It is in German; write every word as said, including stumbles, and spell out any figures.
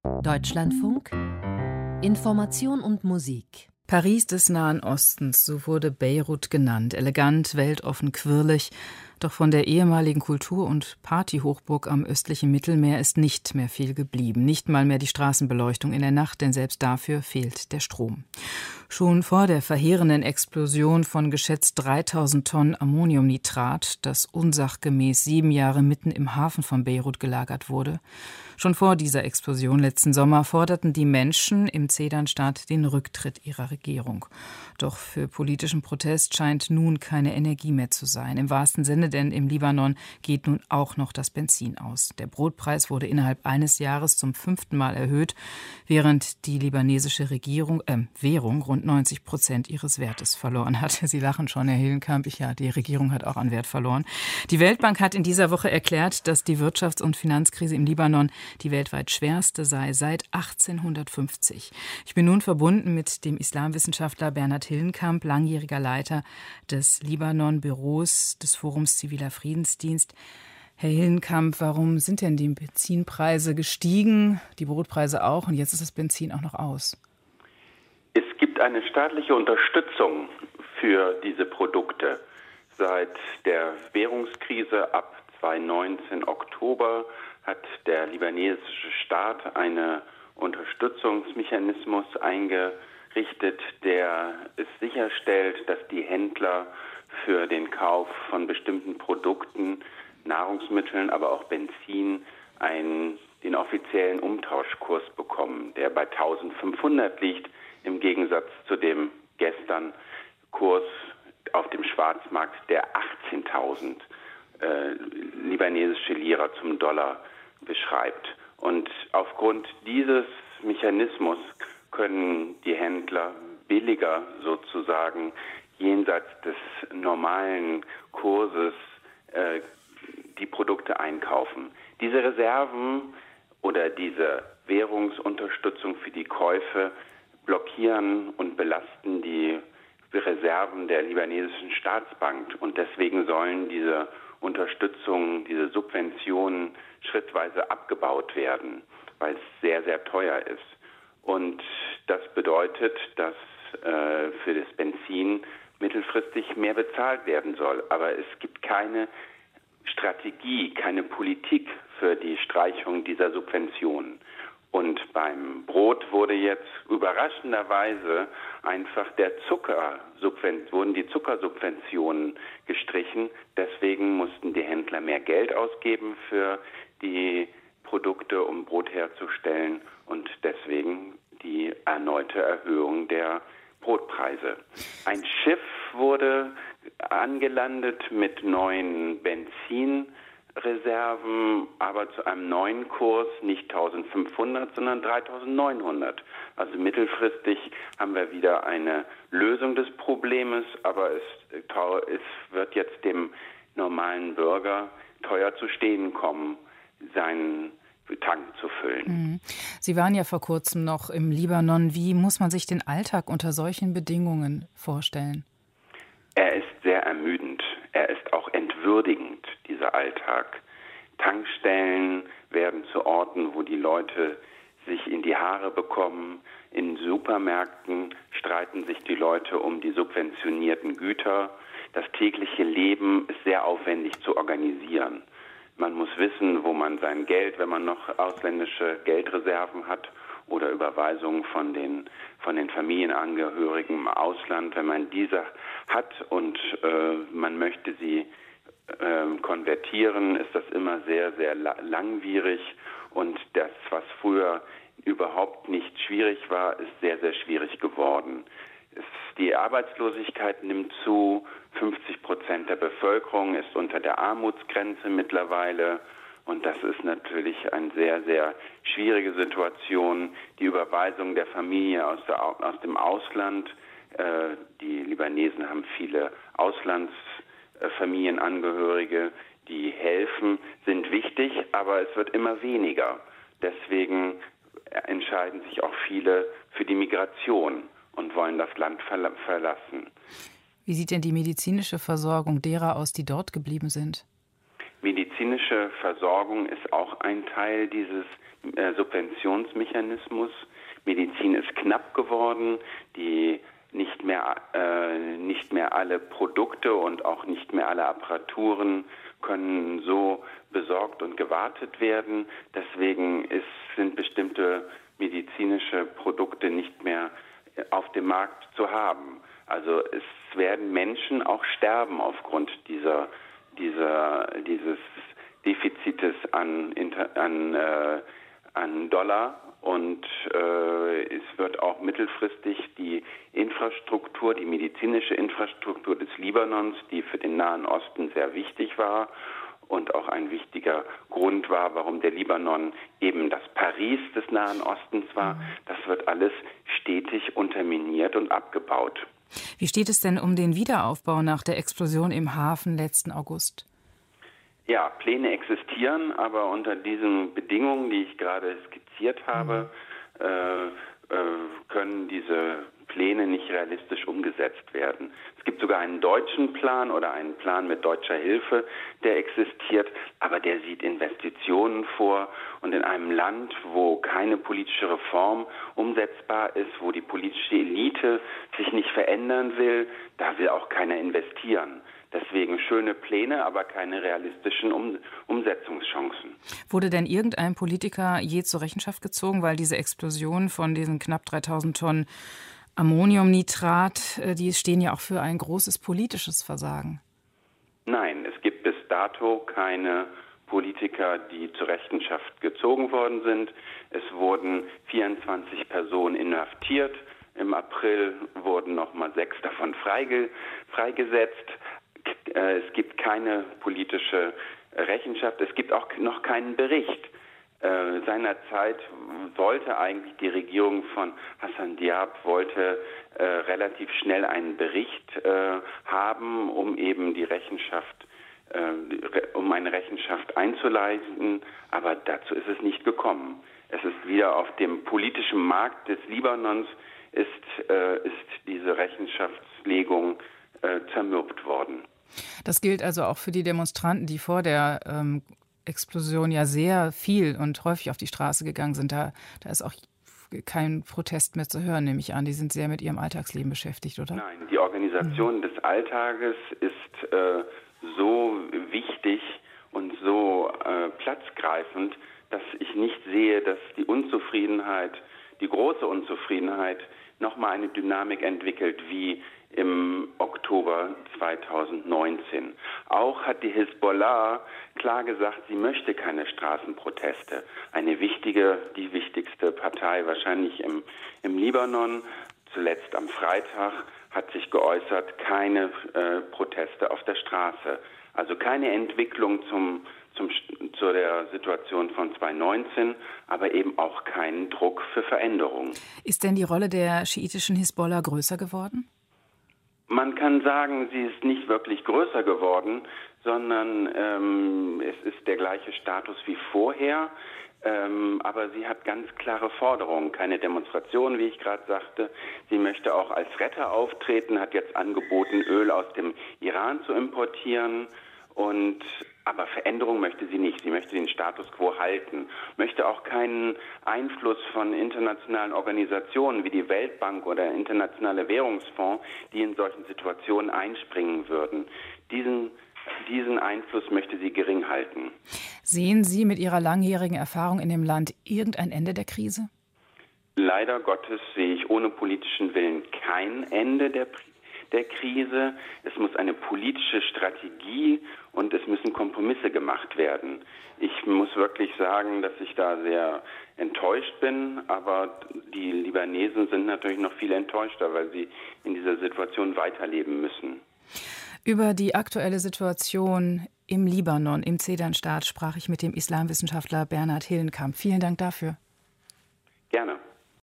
Deutschlandfunk Information und Musik. Paris des Nahen Ostens, so wurde Beirut genannt. Elegant, weltoffen, quirlig. Doch von der ehemaligen Kultur- und Partyhochburg am östlichen Mittelmeer ist nicht mehr viel geblieben. Nicht mal mehr die Straßenbeleuchtung in der Nacht, denn selbst dafür fehlt der Strom. Schon vor der verheerenden Explosion von geschätzt dreitausend Tonnen Ammoniumnitrat, das unsachgemäß sieben Jahre mitten im Hafen von Beirut gelagert wurde, schon vor dieser Explosion letzten Sommer forderten die Menschen im Zedernstaat den Rücktritt ihrer Regierung. Doch für politischen Protest scheint nun keine Energie mehr zu sein. Im wahrsten Sinne, denn im Libanon geht nun auch noch das Benzin aus. Der Brotpreis wurde innerhalb eines Jahres zum fünften Mal erhöht, während die libanesische Regierung, äh, Währung rund neunzig Prozent ihres Wertes verloren hat. Sie lachen schon, Herr Hillenkamp. Ich, ja, die Regierung hat auch an Wert verloren. Die Weltbank hat in dieser Woche erklärt, dass die Wirtschafts- und Finanzkrise im Libanon die weltweit schwerste sei seit achtzehnhundertfünfzig. Ich bin nun verbunden mit dem Islamwissenschaftler Bernhard Hillenkamp, langjähriger Leiter des Libanon-Büros des Forums Ziviler Friedensdienst. Herr Hillenkamp, warum sind denn die Benzinpreise gestiegen, die Brotpreise auch, und jetzt ist das Benzin auch noch aus? Es gibt eine staatliche Unterstützung für diese Produkte. Seit der Währungskrise ab zweitausendneunzehn Oktober hat der libanesische Staat einen Unterstützungsmechanismus eingerichtet, der es sicherstellt, dass die Händler für den Kauf von bestimmten Produkten, Nahrungsmitteln, aber auch Benzin, einen, den offiziellen Umtauschkurs bekommen, der bei eintausendfünfhundert liegt, im Gegensatz zu dem gestern Kurs auf dem Schwarzmarkt, der achtzehntausend äh, libanesische Lira zum Dollar beschreibt. Und aufgrund dieses Mechanismus können die Händler billiger sozusagen jenseits des normalen Kurses äh, die Produkte einkaufen. Diese Reserven oder diese Währungsunterstützung für die Käufe blockieren und belasten die Reserven der libanesischen Staatsbank. Und deswegen sollen diese Unterstützung, diese Subventionen schrittweise abgebaut werden, weil es sehr, sehr teuer ist. Und das bedeutet, dass äh, für das Benzin mittelfristig mehr bezahlt werden soll. Aber es gibt keine Strategie, keine Politik für die Streichung dieser Subventionen. Und beim Brot wurde jetzt überraschenderweise einfach der Zucker, wurden die Zuckersubventionen gestrichen. Deswegen mussten die Händler mehr Geld ausgeben für die Produkte, um Brot herzustellen, und deswegen die erneute Erhöhung der Brotpreise. Ein Schiff wurde angelandet mit neuen Benzinreserven, aber zu einem neuen Kurs, nicht eintausendfünfhundert, sondern dreitausendneunhundert. Also mittelfristig haben wir wieder eine Lösung des Problems, aber es, es wird jetzt dem normalen Bürger teuer zu stehen kommen, seinen Tank zu füllen. Sie waren ja vor kurzem noch im Libanon. Wie muss man sich den Alltag unter solchen Bedingungen vorstellen? Er ist sehr ermüdend. Er ist auch entwürdigend, dieser Alltag. Tankstellen werden zu Orten, wo die Leute sich in die Haare bekommen. In Supermärkten streiten sich die Leute um die subventionierten Güter. Das tägliche Leben ist sehr aufwendig zu organisieren. Man muss wissen, wo man sein Geld, wenn man noch ausländische Geldreserven hat oder Überweisungen von den, von den Familienangehörigen im Ausland, wenn man diese hat und äh, man möchte sie äh, konvertieren, ist das immer sehr, sehr la- langwierig. Und das, was früher überhaupt nicht schwierig war, ist sehr, sehr schwierig geworden. Es, die Arbeitslosigkeit nimmt zu. fünfzig Prozent der Bevölkerung ist unter der Armutsgrenze mittlerweile. Und das ist natürlich eine sehr, sehr schwierige Situation. Die Überweisung der Familie aus, der, aus dem Ausland. Äh, die Libanesen haben viele Auslandsfamilienangehörige, die helfen, sind wichtig, aber es wird immer weniger. Deswegen entscheiden sich auch viele für die Migration und wollen das Land verla- verlassen. Wie sieht denn die medizinische Versorgung derer aus, die dort geblieben sind? medizinische Versorgung ist auch ein Teil dieses äh, Subventionsmechanismus. Medizin ist knapp geworden, die nicht mehr, äh, nicht mehr alle Produkte und auch nicht mehr alle Apparaturen können so besorgt und gewartet werden. Deswegen ist, sind bestimmte medizinische Produkte nicht mehr auf dem Markt zu haben. Also es werden Menschen auch sterben aufgrund dieser, dieser, dieses Defizites an, an, äh, an Dollar. Und äh, es wird auch mittelfristig die Infrastruktur, die medizinische Infrastruktur des Libanons, die für den Nahen Osten sehr wichtig war und auch ein wichtiger Grund war, warum der Libanon eben das Paris des Nahen Ostens war, das wird alles stetig unterminiert und abgebaut. Wie steht es denn um den Wiederaufbau nach der Explosion im Hafen letzten August? Ja, Pläne existieren, aber unter diesen Bedingungen, die ich gerade skizziert habe, mhm. äh, äh, können diese Pläne nicht realistisch umgesetzt werden. Es gibt sogar einen deutschen Plan oder einen Plan mit deutscher Hilfe, der existiert, aber der sieht Investitionen vor. Und in einem Land, wo keine politische Reform umsetzbar ist, wo die politische Elite sich nicht verändern will, da will auch keiner investieren. Deswegen schöne Pläne, aber keine realistischen um- Umsetzungschancen. Wurde denn irgendein Politiker je zur Rechenschaft gezogen, weil diese Explosion von diesen knapp dreitausend Tonnen Ammoniumnitrat, die stehen ja auch für ein großes politisches Versagen? Nein, es gibt bis dato keine Politiker, die zur Rechenschaft gezogen worden sind. Es wurden vierundzwanzig Personen inhaftiert. Im April wurden nochmal sechs davon freige- freigesetzt. Es gibt keine politische Rechenschaft, es gibt auch noch keinen Bericht. Äh, seinerzeit wollte eigentlich die Regierung von Hassan Diab wollte äh, relativ schnell einen Bericht äh, haben, um eben die Rechenschaft, äh, um eine Rechenschaft einzuleiten, aber dazu ist es nicht gekommen. Es ist wieder auf dem politischen Markt des Libanons ist, äh, ist diese Rechenschaftslegung äh, zermürbt worden. Das gilt also auch für die Demonstranten, die vor der ähm, Explosion ja sehr viel und häufig auf die Straße gegangen sind. Da, da ist auch kein Protest mehr zu hören, nehme ich an. Die sind sehr mit ihrem Alltagsleben beschäftigt, oder? Nein, die Organisation mhm. des Alltages ist äh, so wichtig und so äh, platzgreifend, dass ich nicht sehe, dass die Unzufriedenheit, die große Unzufriedenheit, nochmal eine Dynamik entwickelt wie im Oktober zweitausendneunzehn. Auch hat die Hisbollah klar gesagt, sie möchte keine Straßenproteste. Eine wichtige, die wichtigste Partei wahrscheinlich im, im Libanon, zuletzt am Freitag, hat sich geäußert, keine äh, Proteste auf der Straße. Also keine Entwicklung zum, zum, zu der Situation von zweitausendneunzehn, aber eben auch keinen Druck für Veränderungen. Ist denn die Rolle der schiitischen Hisbollah größer geworden? Man kann sagen, sie ist nicht wirklich größer geworden, sondern ähm, es ist der gleiche Status wie vorher. Ähm, aber sie hat ganz klare Forderungen, keine Demonstration, wie ich gerade sagte. Sie möchte auch als Retter auftreten, hat jetzt angeboten, Öl aus dem Iran zu importieren. Und aber Veränderung möchte sie nicht. Sie möchte den Status quo halten, möchte auch keinen Einfluss von internationalen Organisationen wie die Weltbank oder der Internationale Währungsfonds, die in solchen Situationen einspringen würden. Diesen, diesen Einfluss möchte sie gering halten. Sehen Sie mit Ihrer langjährigen Erfahrung in dem Land irgendein Ende der Krise? Leider Gottes sehe ich ohne politischen Willen kein Ende der Krise. der Krise. Es muss eine politische Strategie und es müssen Kompromisse gemacht werden. Ich muss wirklich sagen, dass ich da sehr enttäuscht bin, aber die Libanesen sind natürlich noch viel enttäuschter, weil sie in dieser Situation weiterleben müssen. Über die aktuelle Situation im Libanon, im Zedernstaat, sprach ich mit dem Islamwissenschaftler Bernhard Hillenkamp. Vielen Dank dafür. Gerne.